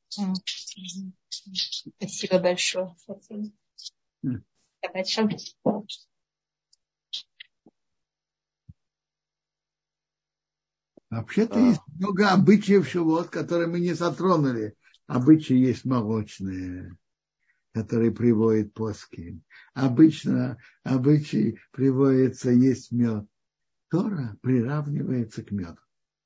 Спасибо большое. Спасибо. Большое.
Вообще-то а. есть много обычаев шавуот, которые мы не затронули. Обычаи есть молочные, которые приводят поски. Обычно обычай приводится есть мед. Тора приравнивается к меду.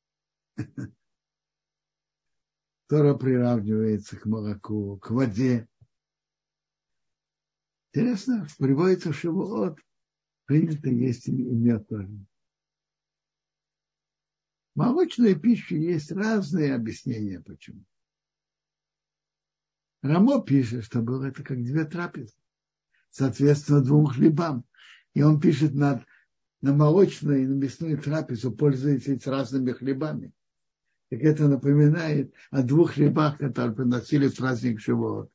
Тора приравнивается к молоку, к воде. Интересно, приводится в шавуот принято есть и мед тоже. Молочную пищу есть разные объяснения, почему. Рамо пишет, что было это как две трапезы, соответственно, двум хлебам. И он пишет, на, на молочную и на мясную трапезу пользуетесь разными хлебами. Так это напоминает о двух хлебах, которые приносили в праздник Шивот.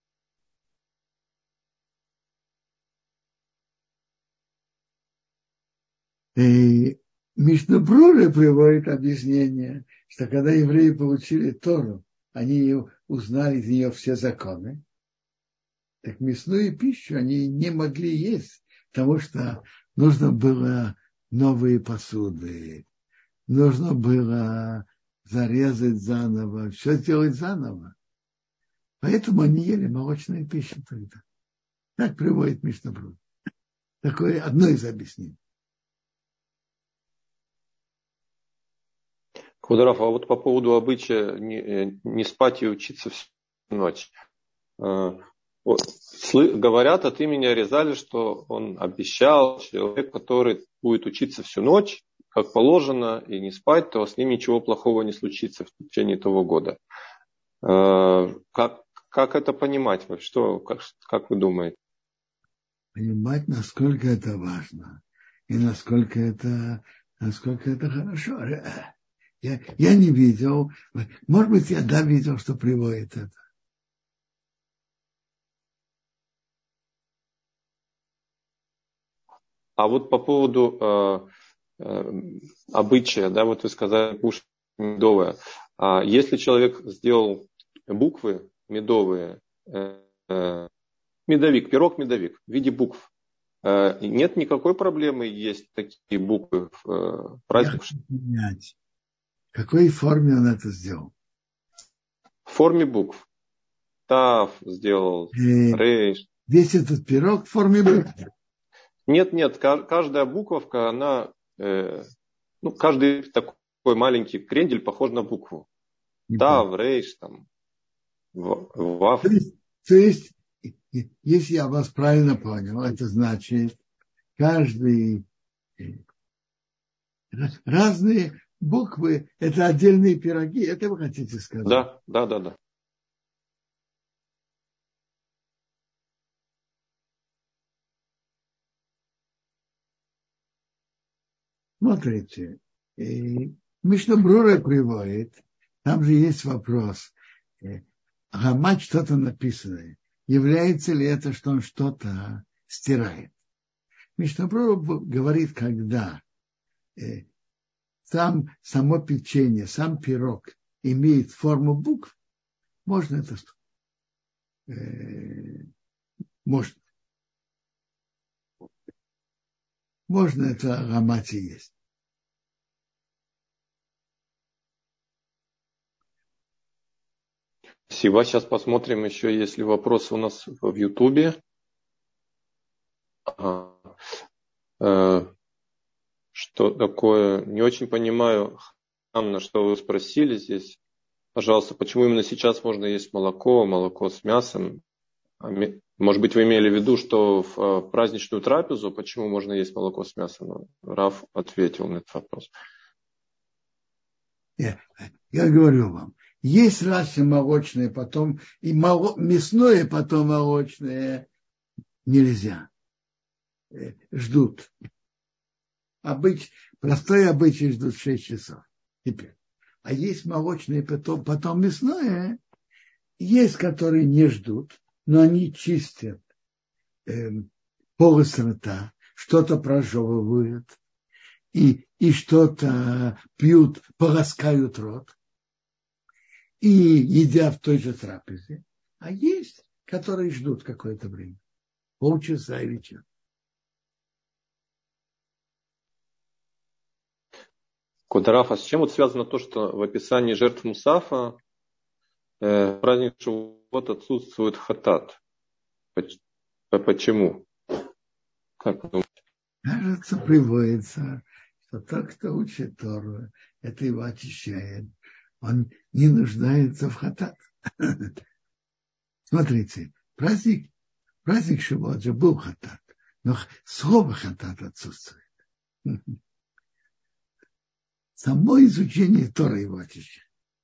И Мишна Брура приводит объяснение, что когда евреи получили Тору, они ее узнали из нее все законы, так мясную пищу они не могли есть, потому что нужно было новые посуды, нужно было зарезать заново, все сделать заново. Поэтому они ели молочную пищу тогда. Так приводит Мишна Брура. Такое одно из объяснений.
Квадраф, а вот по поводу обычая не, не спать и учиться всю ночь. Вот, говорят от имени Аризаля, что он обещал, человек, который будет учиться всю ночь, как положено, и не спать, то с ним ничего плохого не случится в течение того года. Как, как это понимать? Что, как, как вы думаете?
Понимать, насколько это важно и насколько это, насколько это хорошо. Я, я не видел, может быть, я да видел, что приводит это.
А вот по поводу э, э, обычая, да, вот вы сказали, кушать медовое. А если человек сделал буквы медовые, э, э, медовик, пирог-медовик в виде букв, э, нет никакой проблемы есть такие буквы в э, праздник?
В какой форме он это сделал?
В форме букв. Тав сделал, Рейш.
Весь этот пирог в форме букв?
Нет, нет, каждая буковка, она, э, ну, каждый такой маленький крендель похож на букву. Тав, Рейш, там, Вав.
То есть, то есть, если я вас правильно понял, это значит, каждый разные буквы – это отдельные пироги, это вы хотите сказать?
Да, да, да, да.
Смотрите, Мишна Брура приводит, там же есть вопрос, гамать что-то написанное, является ли это, что он что-то стирает? Мишна Брура говорит, когда сам, само печенье, сам пирог имеет форму букв, можно это э, можно, можно это гамать и есть.
Спасибо. Сейчас посмотрим еще, есть ли вопросы у нас в Ютубе. Ага. Что такое? Не очень понимаю, Анна, что вы спросили здесь. Пожалуйста, почему именно сейчас можно есть молоко, молоко с мясом? Может быть, вы имели в виду, что в праздничную трапезу, почему можно есть молоко с мясом? Раф ответил на этот вопрос.
Я, я говорю вам, есть раньше молочное, потом и моло, мясное, потом молочное нельзя. Ждут. Обыч, простой обычай ждут шесть часов. Теперь. А есть молочное, потом, потом мясное. Есть, которые не ждут, но они чистят э, полость рта, что-то прожевывают и, и что-то пьют, полоскают рот и едят в той же трапезе. А есть, которые ждут какое-то время, полчаса или час.
Кудараф, а с чем вот связано то, что в описании жертв Мусафа э, праздник Шавуот отсутствует хатат? Почему? Как вы думаете?
Кажется, приводится, что тот, кто учит Тору, это его очищает. Он не нуждается в хатат. Смотрите, праздник, праздник Шавуот же был хатат. Но слово хатат отсутствует. Само изучение Торы его очищает.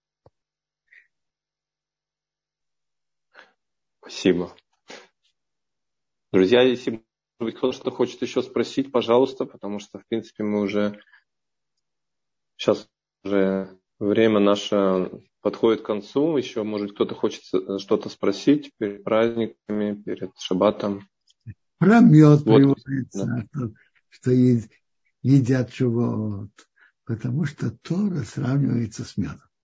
Спасибо. Друзья, если, может быть, кто-то что хочет еще спросить, пожалуйста, потому что, в принципе, мы уже сейчас уже время наше подходит к концу. Еще, может, кто-то хочет что-то спросить перед праздниками, перед шаббатом.
Про мед
Вот.
приводится,
Да.
что, что едят шавуот, потому что Тора сравнивается с медом.